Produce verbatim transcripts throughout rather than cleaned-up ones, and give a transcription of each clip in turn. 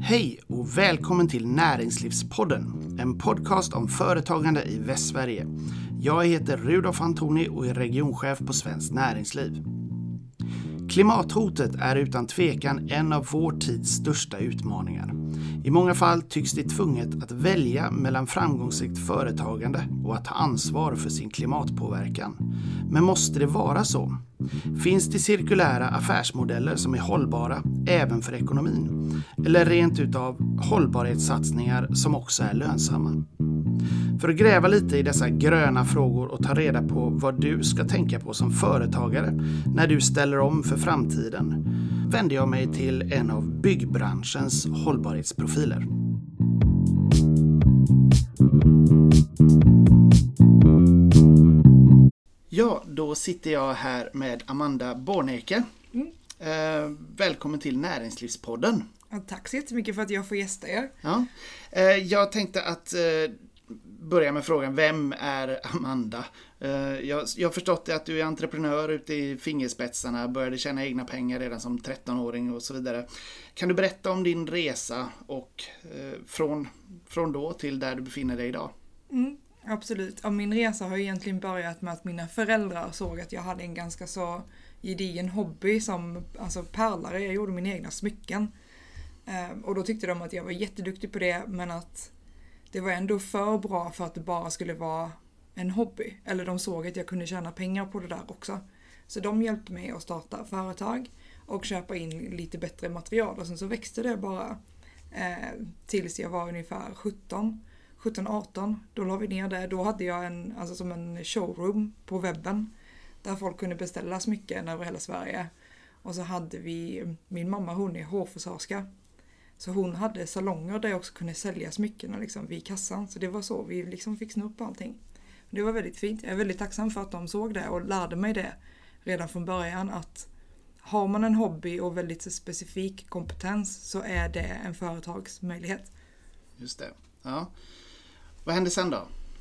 Hej och välkommen till Näringslivspodden, en podcast om företagande i Västsverige. Jag heter Rudolf Antoni och är regionchef på Svenskt Näringsliv. Klimathotet är utan tvekan en av vår tids största utmaningar. I många fall tycks det tvunget att välja mellan framgångsrikt företagande och att ta ansvar för sin klimatpåverkan. Men måste det vara så? Finns det cirkulära affärsmodeller som är hållbara även för ekonomin? Eller rent utav hållbarhetssatsningar som också är lönsamma? För att gräva lite i dessa gröna frågor och ta reda på vad du ska tänka på som företagare när du ställer om för framtiden, vänder jag mig till en av byggbranschens hållbarhetsprofiler. Ja, då sitter jag här med Amanda Borneke. Mm. Eh, välkommen till Näringslivspodden. Ja, tack så jättemycket för att jag får gästa er. Ja. Eh, jag tänkte att eh, börja med frågan, vem är Amanda? Eh, jag, jag har förstått att du är entreprenör ute i fingerspetsarna, började tjäna egna pengar redan som trettonåring och så vidare. Kan du berätta om din resa och eh, från, från då till där du befinner dig idag? Mm. Absolut. Ja, min resa har egentligen börjat med att mina föräldrar såg att jag hade en ganska så gedigen hobby som alltså pärlare. Jag gjorde mina egna smycken. Eh, och då tyckte de att jag var jätteduktig på det, men att det var ändå för bra för att det bara skulle vara en hobby. Eller de såg att jag kunde tjäna pengar på det där också. Så de hjälpte mig att starta företag och köpa in lite bättre material. Och sen så växte det bara eh, tills jag var ungefär sjutton arton, då la vi ner det. Då hade jag en, alltså som en showroom på webben där folk kunde beställa smycken över hela Sverige. Och så hade vi, min mamma hon är hårfrisörska, så hon hade salonger där jag också kunde sälja smycken liksom vid kassan. Så det var så vi liksom fick snupp på allting. Det var väldigt fint. Jag är väldigt tacksam för att de såg det och lärde mig det redan från början, att har man en hobby och väldigt specifik kompetens så är det en företagsmöjlighet. Just det, ja. Vad hände sen då?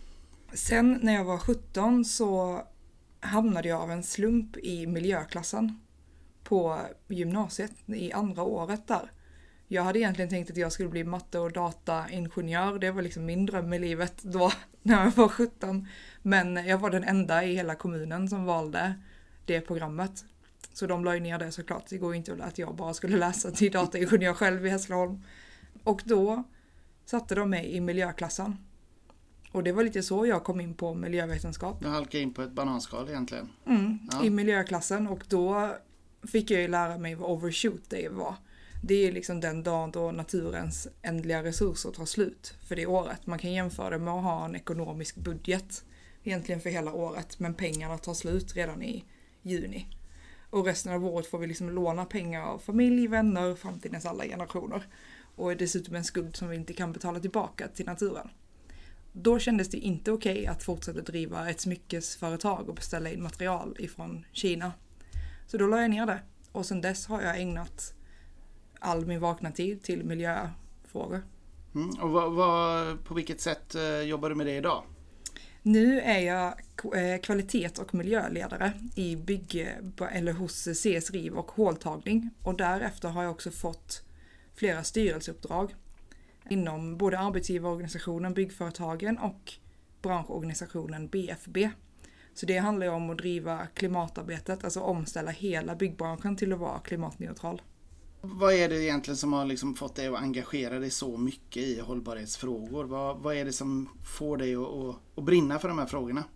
Sen när jag var sjutton så hamnade jag av en slump i miljöklassen på gymnasiet i andra året där. Jag hade egentligen tänkt att jag skulle bli matte- och dataingenjör. Det var liksom min dröm i livet då när jag var sjutton. Men jag var den enda i hela kommunen som valde det programmet. Så de la ju ner det såklart. Det går inte att jag bara skulle läsa till dataingenjör själv i Hässleholm. Och då satte de mig i miljöklassen. Och det var lite så jag kom in på miljövetenskap. Du halkade in på ett bananskal egentligen. Mm, ja. I miljöklassen. Och då fick jag ju lära mig vad overshoot day var. Det är liksom den dagen då naturens ändliga resurser tar slut för det året. Man kan jämföra det med att ha en ekonomisk budget egentligen för hela året. Men pengarna tar slut redan i juni. Och resten av året får vi liksom låna pengar av familj, vänner, framtidens alla generationer. Och är dessutom en skuld som vi inte kan betala tillbaka till naturen. Då kändes det inte okej att fortsätta driva ett smyckesföretag och beställa in material ifrån Kina. Så då la jag ner det. Och sedan dess har jag ägnat all min vakna tid till miljöfrågor. Mm, och vad, vad, på vilket sätt eh, jobbar du med det idag? Nu är jag kvalitets- och miljöledare i bygg eller hos C S R I V och håltagning. Och därefter har jag också fått flera styrelseuppdrag inom både arbetsgivarorganisationen, byggföretagen och branschorganisationen B F B. Så det handlar ju om att driva klimatarbetet, alltså omställa hela byggbranschen till att vara klimatneutral. Vad är det egentligen som har liksom fått dig att engagera dig så mycket i hållbarhetsfrågor? Vad, vad är det som får dig att, att, att brinna för de här frågorna?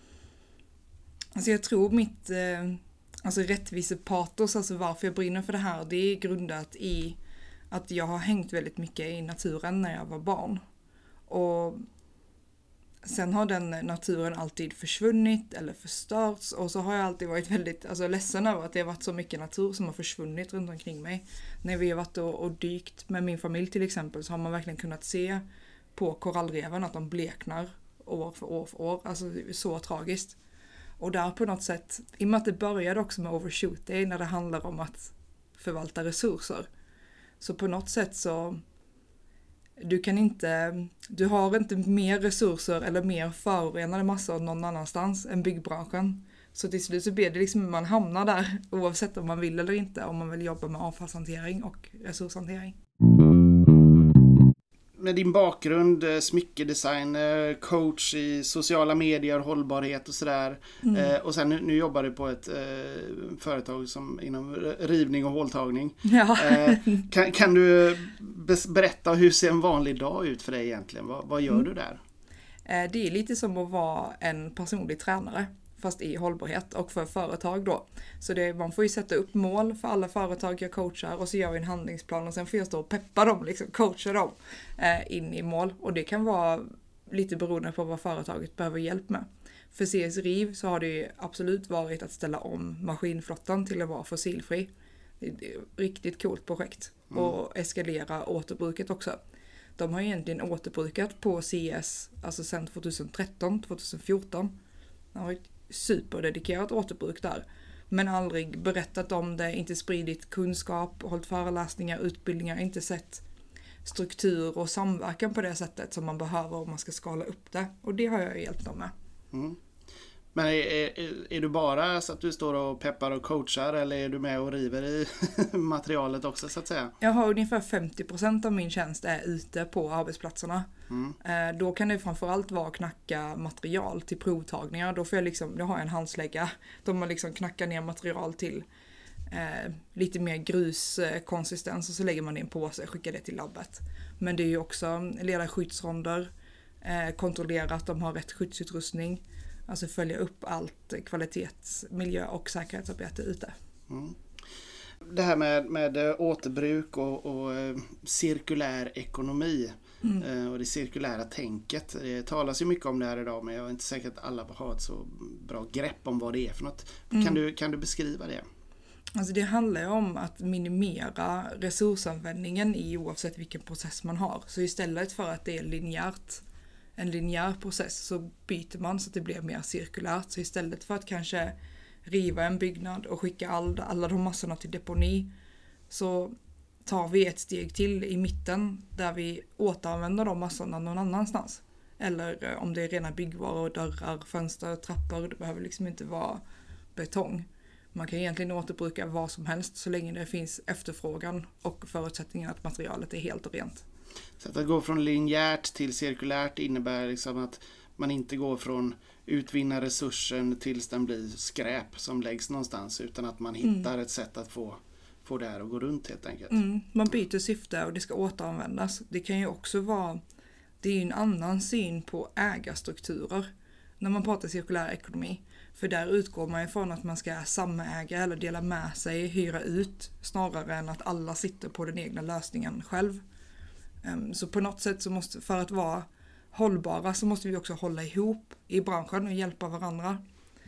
Alltså jag tror mitt eh, alltså rättvisepatos, alltså varför jag brinner för det här, det är grundat i att jag har hängt väldigt mycket i naturen när jag var barn. Och sen har den naturen alltid försvunnit eller förstörts. Och så har jag alltid varit väldigt alltså, ledsen över att det har varit så mycket natur som har försvunnit runt omkring mig. När vi har varit och, och dykt med min familj till exempel, så har man verkligen kunnat se på korallreven att de bleknar år för år för år. Alltså det är så tragiskt. Och där på något sätt, i och med att det började också med overshoot day när det handlar om att förvalta resurser. Så på något sätt så du kan inte, du har inte mer resurser eller mer förorenade massor någon annanstans än byggbranschen. Så till slut så blir det liksom, man hamnar där oavsett om man vill eller inte, om man vill jobba med avfallshantering och resurshantering. med din bakgrund, smyckedesign, coach i sociala medier, hållbarhet och sådär. Mm. Eh, och sen nu, nu jobbar du på ett eh, företag som inom rivning och håltagning. Ja. eh, kan, kan du berätta hur ser en vanlig dag ut för dig egentligen? Vad, vad gör mm. du där? Eh, det är lite som att vara en personlig tränare. Fast i hållbarhet och för företag då. Så det, man får ju sätta upp mål för alla företag jag coachar och så gör vi en handlingsplan och sen får jag stå och peppa dem, liksom coacha dem eh, in i mål. Och det kan vara lite beroende på vad företaget behöver hjälp med. För C S Riv så har det ju absolut varit att ställa om maskinflottan till att vara fossilfri. Det är ett riktigt coolt projekt. Mm. Och eskalera återbruket också. De har egentligen återbrukat på C S alltså sedan tjugohundratretton tjugofjorton. Det har varit superdedikerat återbruk där. Men aldrig berättat om det, inte spridit kunskap, hållit föreläsningar, utbildningar, inte sett struktur och samverkan på det sättet som man behöver om man ska skala upp det. Och det har jag hjälpt dem med. Mm. Men är, är, är du bara så att du står och peppar och coachar eller är du med och river i materialet också så att säga? Jag har ungefär femtio procent av min tjänst är ute på arbetsplatserna. Mm. Då kan det framförallt vara knacka material till provtagningar. Då får jag liksom, jag har en handslägga. De har liksom knacka ner material till eh, lite mer gruskonsistens och så lägger man det i en påse och skickar det till labbet. Men det är ju också leda skyddsronder, eh, kontrollera att de har rätt skyddsutrustning. Alltså följa upp allt kvalitets-, miljö- och säkerhetsarbete ute. Mm. Det här med, med återbruk och, och cirkulär ekonomi mm. och det cirkulära tänket. Det talas ju mycket om det här idag men jag är inte säker att alla har ett så bra grepp om vad det är för något. Mm. Kan du, kan du beskriva det? Alltså det handlar ju om att minimera resursanvändningen i oavsett vilken process man har. Så istället för att det är linjärt en linjär process så byter man så att det blir mer cirkulärt. Så istället för att kanske riva en byggnad och skicka all, alla de massorna till deponi så tar vi ett steg till i mitten där vi återanvänder de massorna någon annanstans. Eller om det är rena byggvaror, dörrar, fönster, trappor, det behöver liksom inte vara betong. Man kan egentligen återbruka vad som helst så länge det finns efterfrågan och förutsättningen att materialet är helt och rent. Så att gå från linjärt till cirkulärt innebär liksom att man inte går från utvinna resursen tills den blir skräp som läggs någonstans utan att man hittar mm. ett sätt att få, få det här att gå runt helt enkelt. Mm. Man byter syfte och det ska återanvändas. Det kan ju också vara, det är ju en annan syn på ägarstrukturer när man pratar cirkulär ekonomi. För där utgår man ifrån att man ska samäga eller dela med sig, hyra ut snarare än att alla sitter på den egna lösningen själv. Så på något sätt så måste, för att vara hållbara så måste vi också hålla ihop i branschen och hjälpa varandra.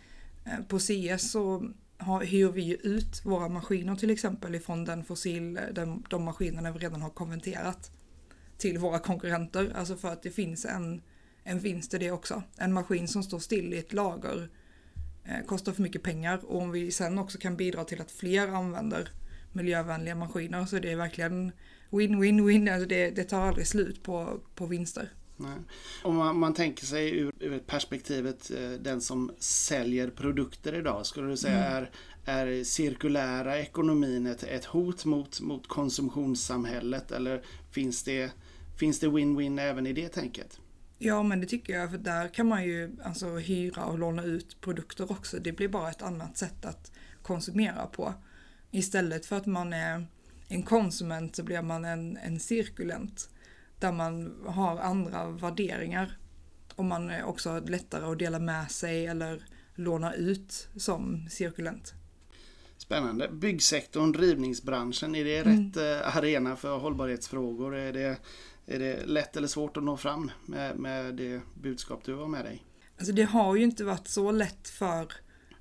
På C S så har, hyr vi ju ut våra maskiner till exempel ifrån den fossil, den, de maskinerna vi redan har konverterat till våra konkurrenter. Alltså för att det finns en, en vinst i det också. En maskin som står still i ett lager eh, kostar för mycket pengar och om vi sen också kan bidra till att fler använder miljövänliga maskiner så det är verkligen win-win-win, alltså det, det tar aldrig slut på, på vinster. Nej. Om man, man tänker sig ur, ur perspektivet eh, den som säljer produkter idag, skulle du säga mm. är, är cirkulära ekonomin ett, ett hot mot, mot konsumtionssamhället eller finns det, finns det win-win även i det tänket? Ja men det tycker jag, för där kan man ju alltså hyra och låna ut produkter också. Det blir bara ett annat sätt att konsumera på. Istället för att man är en konsument så blir man en, en cirkulent där man har andra värderingar och man är också lättare att dela med sig eller låna ut som cirkulent. Spännande. Byggsektorn, rivningsbranschen, är det mm. rätt eh, arena för hållbarhetsfrågor? Är det, är det lätt eller svårt att nå fram med, med det budskap du har med dig? Alltså det har ju inte varit så lätt för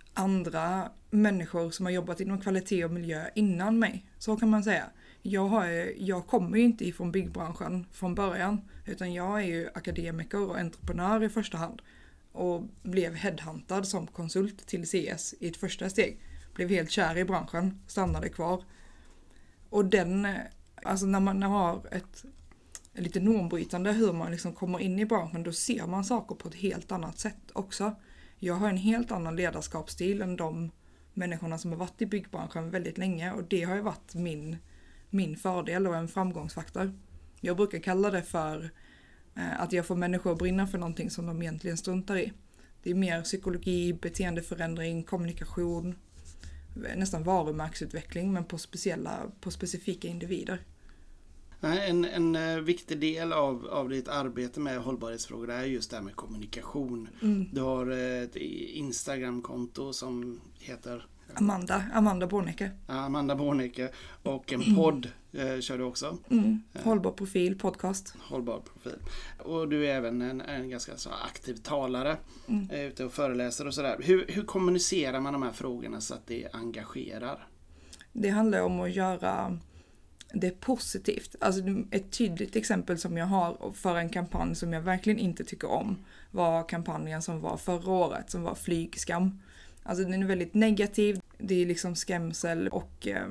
andra människor som har jobbat inom kvalitet och miljö innan mig. Så kan man säga. Jag, har, jag kommer ju inte ifrån byggbranschen från början. Utan jag är ju akademiker och entreprenör i första hand. Och blev headhuntad som konsult till C S i ett första steg. Blev helt kär i branschen. Stannade kvar. Och den, alltså när man har ett lite normbrytande hur man liksom kommer in i branschen. Då ser man saker på ett helt annat sätt också. Jag har en helt annan ledarskapsstil än de människorna som har varit i byggbranschen väldigt länge och det har ju varit min, min fördel och en framgångsfaktor. Jag brukar kalla det för eh, att jag får människor att brinna för någonting som de egentligen struntar i. Det är mer psykologi, beteendeförändring, kommunikation, nästan varumärksutveckling men på, speciella, på specifika individer. En, en viktig del av, av ditt arbete med hållbarhetsfrågor är just det här med kommunikation. Mm. Du har ett Instagramkonto som heter Amanda, Amanda Bornecke. Ja, Amanda Bornecke och en podd mm. kör du också. Mm. Hållbar profil, podcast. Hållbar profil. Och du är även en, en ganska så aktiv talare mm. ute och föreläser och sådär. Hur, hur kommunicerar man de här frågorna så att det engagerar? Det handlar om att göra det positivt. Alltså ett tydligt exempel som jag har för en kampanj som jag verkligen inte tycker om var kampanjen som var förra året som var flygskam. Alltså den är väldigt negativ. Det är liksom skrämsel och eh,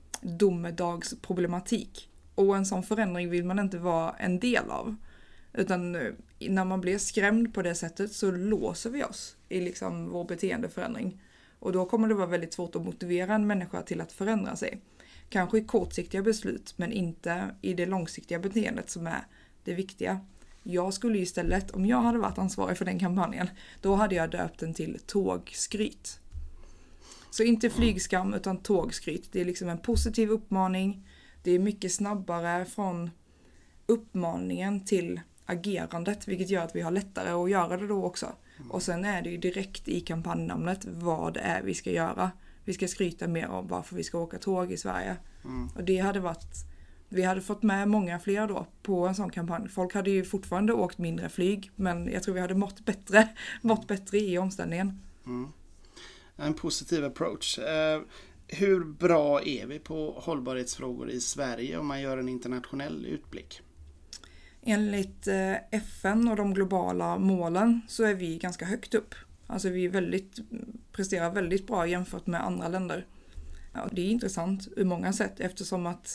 domedagsproblematik. Och en sån förändring vill man inte vara en del av. Utan när man blir skrämd på det sättet så låser vi oss i liksom vår beteendeförändring. Och då kommer det vara väldigt svårt att motivera en människa till att förändra sig. Kanske i kortsiktiga beslut men inte i det långsiktiga beteendet som är det viktiga. Jag skulle istället, om jag hade varit ansvarig för den kampanjen, då hade jag döpt den till tågskryt. Så inte flygskam utan tågskryt. Det är liksom en positiv uppmaning. Det är mycket snabbare från uppmaningen till agerandet, vilket gör att vi har lättare att göra det då också. Och sen är det ju direkt i kampanjnamnet vad det är vi ska göra. Vi ska skryta mer om varför vi ska åka tåg i Sverige. Mm. Och det hade varit, vi hade fått med många fler då på en sån kampanj. Folk hade ju fortfarande åkt mindre flyg, men jag tror vi hade mått bättre, mått bättre i omställningen. Mm. En positiv approach. Uh, hur bra är vi på hållbarhetsfrågor i Sverige om man gör en internationell utblick? Enligt uh, F N och de globala målen så är vi ganska högt upp. Alltså vi är väldigt, presterar väldigt bra jämfört med andra länder. Ja, det är intressant ur många sätt eftersom att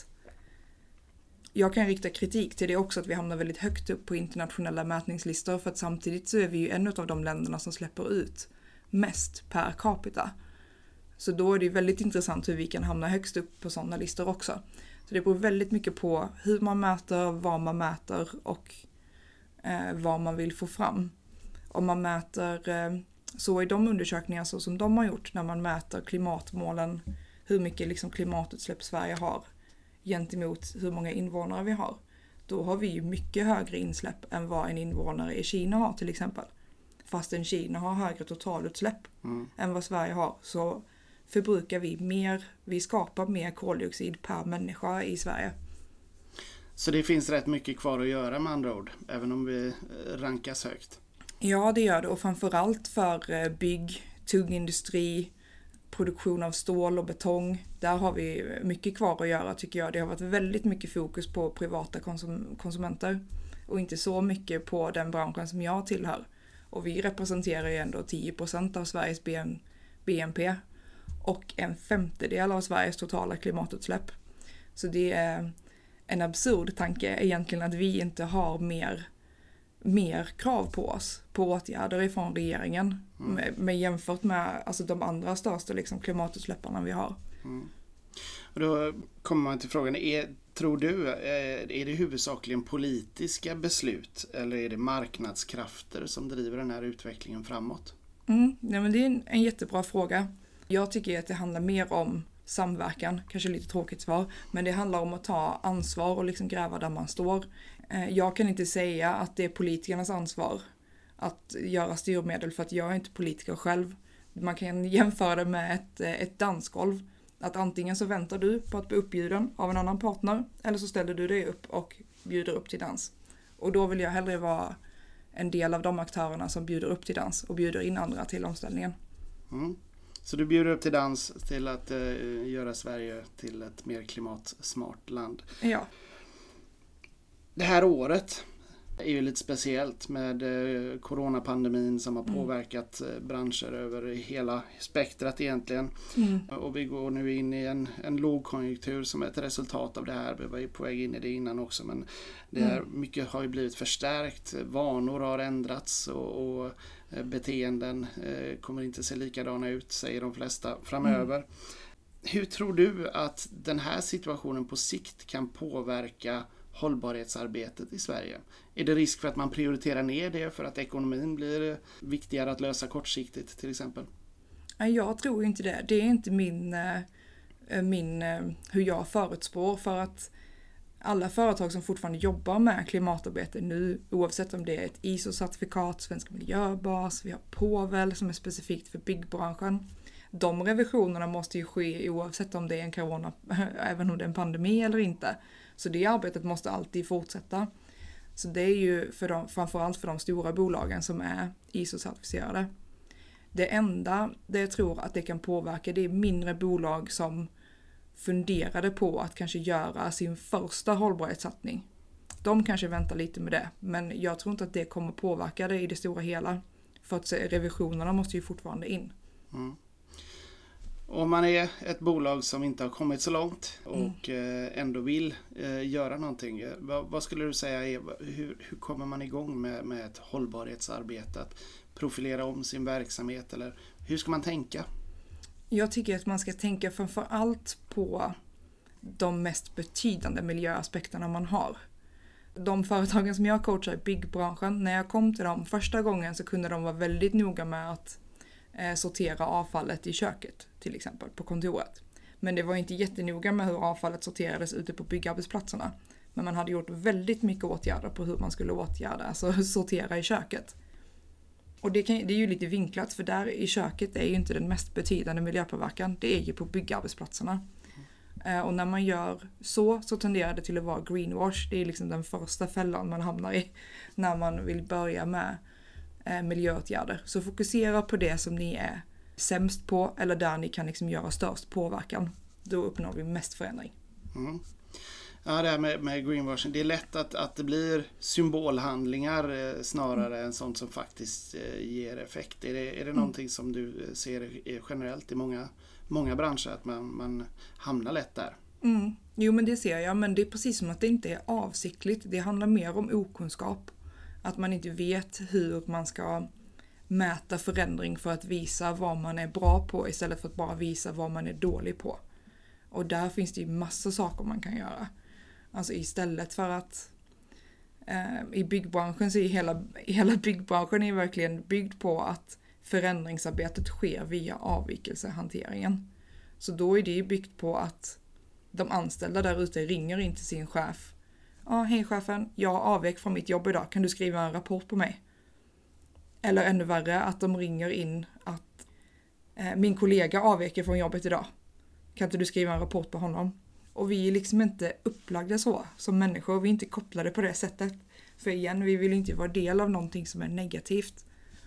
jag kan rikta kritik till det också att vi hamnar väldigt högt upp på internationella mätningslistor för att samtidigt så är vi ju en av de länderna som släpper ut mest per capita. Så då är det väldigt intressant hur vi kan hamna högst upp på sådana listor också. Så det beror väldigt mycket på hur man mäter, vad man mäter och eh, vad man vill få fram. Om man mäter eh, så i de undersökningar så som de har gjort när man mäter klimatmålen, hur mycket liksom klimatutsläpp Sverige har gentemot hur många invånare vi har. Då har vi ju mycket högre insläpp än vad en invånare i Kina har till exempel. Fastän Kina har högre totalutsläpp mm. än vad Sverige har så förbrukar vi mer, vi skapar mer koldioxid per människa i Sverige. Så det finns rätt mycket kvar att göra med andra ord, även om vi rankas högt? Ja, det gör det och framförallt för bygg, tung industri, produktion av stål och betong. Där har vi mycket kvar att göra tycker jag. Det har varit väldigt mycket fokus på privata konsum- konsumenter och inte så mycket på den branschen som jag tillhör. Och vi representerar ju ändå tio procent av Sveriges B N P och en femtedel av Sveriges totala klimatutsläpp. Så det är en absurd tanke egentligen att vi inte har mer, mer krav på oss på åtgärder ifrån regeringen mm. med, med jämfört med alltså, de andra största liksom, klimatutsläpparna vi har. Mm. Och då kommer man till frågan, är, tror du, är det huvudsakligen politiska beslut eller är det marknadskrafter som driver den här utvecklingen framåt? Mm, nej, men det är en, en jättebra fråga. Jag tycker att det handlar mer om samverkan, kanske lite tråkigt svar, men det handlar om att ta ansvar och liksom gräva där man står. Jag kan inte säga att det är politikernas ansvar att göra styrmedel för att jag är inte politiker själv. Man kan jämföra det med ett, ett dansgolv. Att antingen så väntar du på att bli uppbjuden av en annan partner eller så ställer du dig upp och bjuder upp till dans. Och då vill jag hellre vara en del av de aktörerna som bjuder upp till dans och bjuder in andra till omställningen. Mm. Så du bjuder upp till dans till att uh, göra Sverige till ett mer klimatsmart land. Ja. Det här året är ju lite speciellt med uh, coronapandemin som har mm. påverkat uh, branscher över hela spektrat egentligen. Mm. Och vi går nu in i en, en lågkonjunktur som är ett resultat av det här. Vi var ju på väg in i det innan också, men det här, mm. mycket har ju blivit förstärkt. Vanor har ändrats och, och beteenden eh, kommer inte se likadana ut, säger de flesta framöver. Mm. Hur tror du att den här situationen på sikt kan påverka hållbarhetsarbetet i Sverige? Är det risk för att man prioriterar ner det för att ekonomin blir viktigare att lösa kortsiktigt till exempel? Jag tror inte det. Det är inte min, min hur jag förutspår, för att alla företag som fortfarande jobbar med klimatarbete nu, oavsett om det är ett I S O-certifikat, Svensk miljöbas, vi har Påvel som är specifikt för byggbranschen. De revisionerna måste ju ske oavsett om det är en corona, även om det är en pandemi eller inte. Så det arbetet måste alltid fortsätta. Så det är ju för de, framförallt för de stora bolagen som är I S O-certifierade. Det enda det jag tror att det kan påverka, det är mindre bolag som funderade på att kanske göra sin första hållbarhetssatsning. De kanske väntar lite med det, men jag tror inte att det kommer påverka det i det stora hela. För att revisionerna måste ju fortfarande in. Mm. Om man är ett bolag som inte har kommit så långt och mm. ändå vill göra någonting, vad, vad skulle du säga är, hur, hur kommer man igång med, med ett hållbarhetsarbete? Att profilera om sin verksamhet, eller hur ska man tänka? Jag tycker att man ska tänka framför allt på de mest betydande miljöaspekterna man har. De företagen som jag coachar i byggbranschen, när jag kom till dem första gången så kunde de vara väldigt noga med att eh, sortera avfallet i köket till exempel på kontoret. Men det var inte jättenoga med hur avfallet sorterades ute på byggarbetsplatserna. Men man hade gjort väldigt mycket åtgärder på hur man skulle åtgärda, alltså sortera i köket. Och det, kan, det är ju lite vinklat, för där i köket är ju inte den mest betydande miljöpåverkan. Det är ju på byggarbetsplatserna. Mm. Eh, och när man gör så, så tenderar det till att vara greenwash. Det är liksom den första fällan man hamnar i när man vill börja med eh, miljöåtgärder. Så fokusera på det som ni är sämst på, eller där ni kan liksom göra störst påverkan. Då uppnår vi mest förändring. Mm. Ja, det här med, med greenwashing, det är lätt att, att det blir symbolhandlingar eh, snarare mm. än sånt som faktiskt eh, ger effekt. Är det, är det mm. någonting som du ser generellt i många, många branscher, att man, man hamnar lätt där? Mm. Jo, men det ser jag, men det är precis som att det inte är avsiktligt. Det handlar mer om okunskap. Att man inte vet hur man ska mäta förändring för att visa vad man är bra på istället för att bara visa vad man är dålig på. Och där finns det ju massa saker man kan göra. Alltså istället för att eh, i byggbranschen så är hela, hela byggbranschen är verkligen byggd på att förändringsarbetet sker via avvikelsehanteringen. Så då är det byggt på att de anställda där ute ringer in till sin chef. Ja, hej chefen, jag avvek från mitt jobb idag. Kan du skriva en rapport på mig? Eller ännu värre, att de ringer in att eh, min kollega avveker från jobbet idag. Kan inte du skriva en rapport på honom? Och vi är liksom inte upplagda så som människor. Vi är inte kopplade på det sättet. För igen, vi vill inte vara del av någonting som är negativt.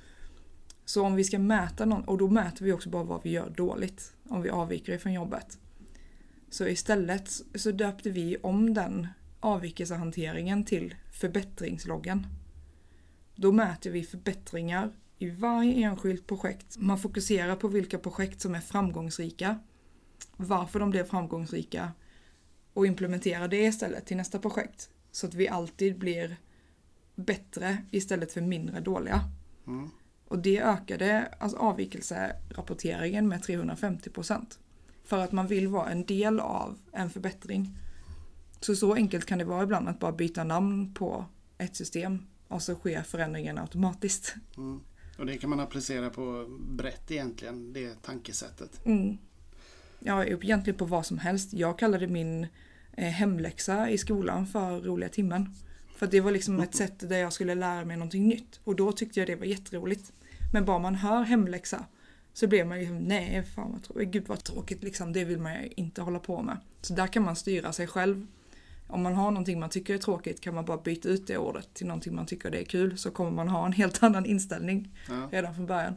Så om vi ska mäta någon, och då mäter vi också bara vad vi gör dåligt. Om vi avviker från jobbet. Så istället så döpte vi om den avvikelsehanteringen till förbättringsloggen. Då mäter vi förbättringar i varje enskilt projekt. Man fokuserar på vilka projekt som är framgångsrika. Varför de blev framgångsrika. Och implementerar det istället till nästa projekt. Så att vi alltid blir bättre istället för mindre dåliga. Mm. Och det ökade alltså avvikelserapporteringen med trehundrafemtio procent. För att man vill vara en del av en förbättring. Så så enkelt kan det vara ibland att bara byta namn på ett system. Och så sker förändringen automatiskt. Mm. Och det kan man applicera på brett egentligen, det tankesättet. Mm. Ja, egentligen på vad som helst. Jag kallade min eh, hemläxa i skolan för roliga timmen. För det var liksom ett sätt där jag skulle lära mig någonting nytt. Och då tyckte jag det var jätteroligt. Men bara man hör hemläxa så blir man liksom, nej, fan vad tråkigt. Gud vad tråkigt liksom. Det vill man ju inte hålla på med. Så där kan man styra sig själv. Om man har någonting man tycker är tråkigt kan man bara byta ut det ordet till någonting man tycker det är kul. Så kommer man ha en helt annan inställning ja. redan från början.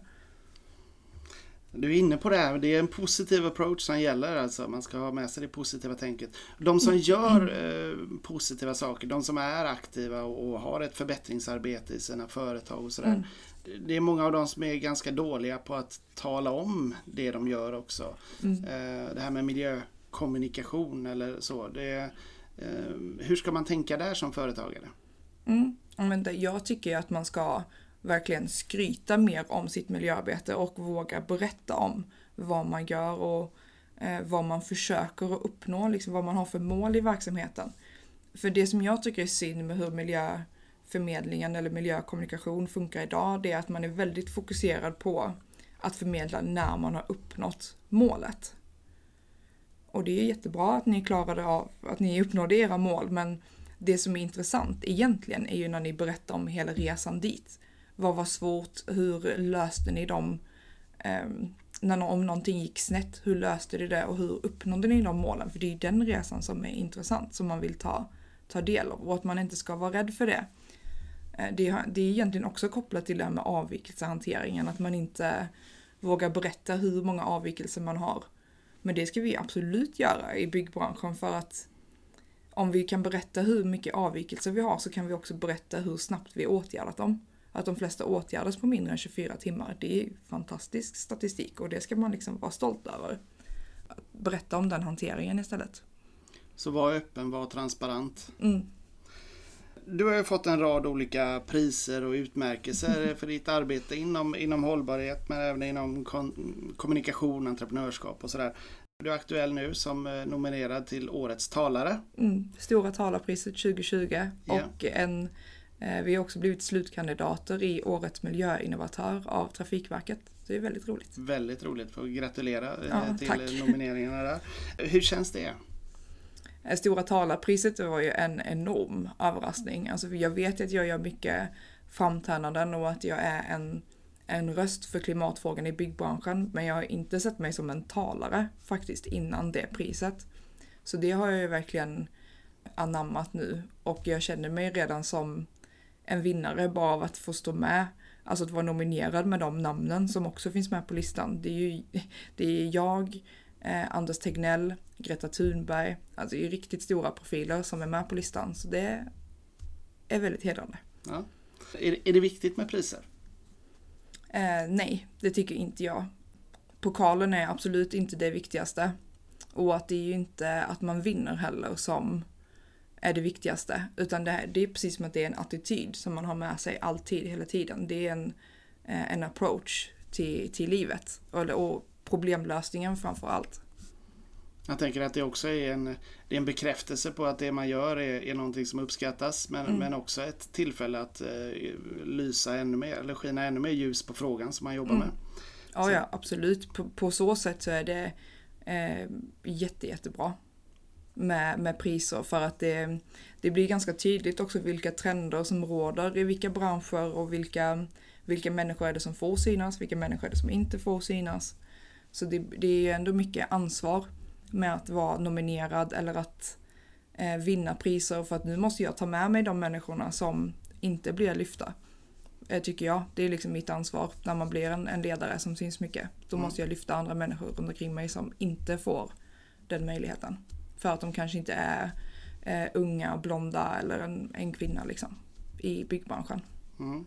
Du är inne på det här, det är en positiv approach som gäller, alltså man ska ha med sig det positiva tänket. De som gör eh, positiva saker, de som är aktiva och, och har ett förbättringsarbete i sina företag och sådär. Mm. Det är många av dem som är ganska dåliga på att tala om det de gör också. Mm. Eh, det här med miljökommunikation eller så, det, eh, hur ska man tänka där som företagare? Mm. Men det, jag tycker att man ska verkligen skryta mer om sitt miljöarbete och våga berätta om vad man gör och eh, vad man försöker att uppnå, liksom vad man har för mål i verksamheten. För det som jag tycker är synd med hur miljöförmedlingen eller miljökommunikation funkar idag, det är att man är väldigt fokuserad på att förmedla när man har uppnått målet. Och det är jättebra att ni klarade av att ni uppnådde era mål, men det som är intressant egentligen är ju när ni berättar om hela resan dit. Vad var svårt? Hur löste ni dem? Eh, när, om någonting gick snett, hur löste ni det och hur uppnådde ni de målen? För det är ju den resan som är intressant, som man vill ta, ta del av, och att man inte ska vara rädd för det. Eh, det, det är egentligen också kopplat till det här med avvikelsehanteringen, att man inte vågar berätta hur många avvikelser man har. Men det ska vi absolut göra i byggbranschen, för att om vi kan berätta hur mycket avvikelser vi har så kan vi också berätta hur snabbt vi åtgärdat dem. Att de flesta åtgärdas på mindre än tjugofyra timmar, det är fantastisk statistik och det ska man liksom vara stolt över. Att berätta om den hanteringen istället. Så var öppen, var transparent. Mm. Du har ju fått en rad olika priser och utmärkelser för ditt arbete inom, inom hållbarhet, men även inom kon- kommunikation, entreprenörskap och sådär. Du är aktuell nu som nominerad till Årets talare. Mm. Stora talarpriset tjugo tjugo. Yeah. Och en, eh, vi har också blivit slutkandidater i Årets miljöinnovatör av Trafikverket. Det är väldigt roligt. Väldigt roligt, för att gratulera Ja, till tack. nomineringarna där. Hur känns det? Stora talarpriset var ju en enorm överraskning. Alltså, jag vet att jag gör mycket framträdanden och att jag är en, en röst för klimatfrågan i byggbranschen. Men jag har inte sett mig som en talare faktiskt innan det priset. Så det har jag ju verkligen anammat nu. Och jag känner mig redan som en vinnare bara av att få stå med. Alltså att vara nominerad med de namnen som också finns med på listan. Det är ju det är jag... Eh, Anders Tegnell, Greta Thunberg, alltså det är riktigt stora profiler som är med på listan, så det är väldigt hedrande. Ja. Är, är det viktigt med priser? Eh, nej, det tycker inte jag. Pokalen är absolut inte det viktigaste, och att det är ju inte att man vinner heller som är det viktigaste, utan det, det är precis som att det är en attityd som man har med sig alltid, hela tiden. Det är en, eh, en approach till, till livet och, och problemlösningen framför allt. Jag tänker att det också är en, det är en bekräftelse på att det man gör är, är någonting som uppskattas, men, mm. men också ett tillfälle att eh, lysa ännu mer, eller skina ännu mer ljus på frågan som man jobbar mm. med. Ja, så. ja, absolut. På, på så sätt så är det eh, jätte, jättebra med, med priser, för att det, det blir ganska tydligt också vilka trender som råder i vilka branscher och vilka, vilka människor är det som får synas, vilka människor är det som inte får synas. Så det, det är ändå mycket ansvar med att vara nominerad eller att eh, vinna priser, för att nu måste jag ta med mig de människorna som inte blir lyfta. Eh, tycker jag. Det är liksom mitt ansvar när man blir en, en ledare som syns mycket. Då mm. måste jag lyfta andra människor runt omkring mig som inte får den möjligheten. För att de kanske inte är eh, unga, blonda eller en, en kvinna liksom, i byggbranschen. Mm.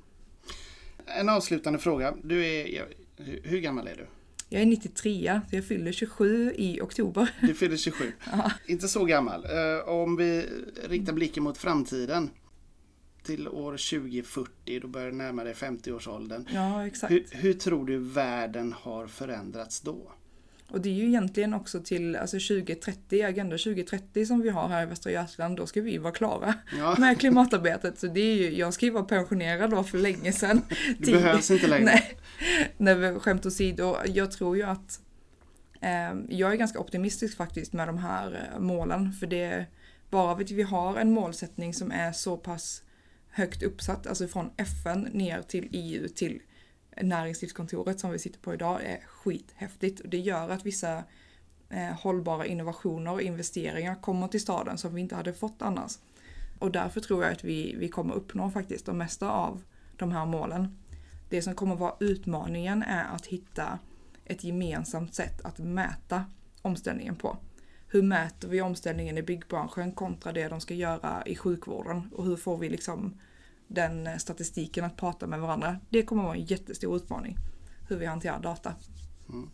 En avslutande fråga. Du är, hur gammal är du? Jag är nittiotre, så jag fyller tjugosju i oktober. Du fyller tjugosju. Ja. Inte så gammal. Uh, om vi riktar blicken mot framtiden till år tjugo fyrtio, då börjar det närma dig femtio-årsåldern. Ja, exakt. Hur, hur tror du världen har förändrats då? Och det är ju egentligen också till alltså tjugo trettio, Agenda tjugo trettio som vi har här i Västra Götaland, då ska vi vara klara ja. med klimatarbetet. Så det är ju, jag ska ju vara pensionerad då för länge sedan. Det till, behövs inte längre. Nej, nej, skämt åsido. Jag tror ju att eh, jag är ganska optimistisk faktiskt med de här målen. För det bara att vi har en målsättning som är så pass högt uppsatt, alltså från F N ner till E U till näringslivskontoret som vi sitter på idag, är skithäftigt. Det gör att vissa eh, hållbara innovationer och investeringar kommer till staden som vi inte hade fått annars. Och därför tror jag att vi, vi kommer uppnå faktiskt de mesta av de här målen. Det som kommer vara utmaningen är att hitta ett gemensamt sätt att mäta omställningen på. Hur mäter vi omställningen i byggbranschen kontra det de ska göra i sjukvården? Och hur får vi liksom den statistiken att prata med varandra? Det kommer vara en jättestor utmaning. Hur vi hanterar data. Mm.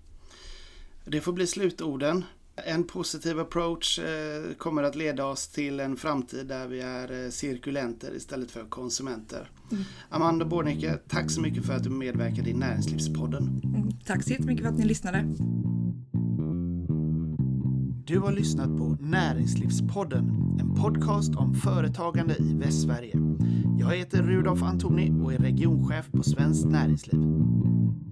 Det får bli slutorden. En positiv approach eh, kommer att leda oss till en framtid där vi är eh, cirkulenter istället för konsumenter. Mm. Amanda Bornicke, tack så mycket för att du medverkade i Näringslivspodden. Mm, tack så jättemycket för att ni lyssnade. Du har lyssnat på Näringslivspodden, en podcast om företagande i Västsverige. Jag heter Rudolf Antoni och är regionchef på Svenskt Näringsliv.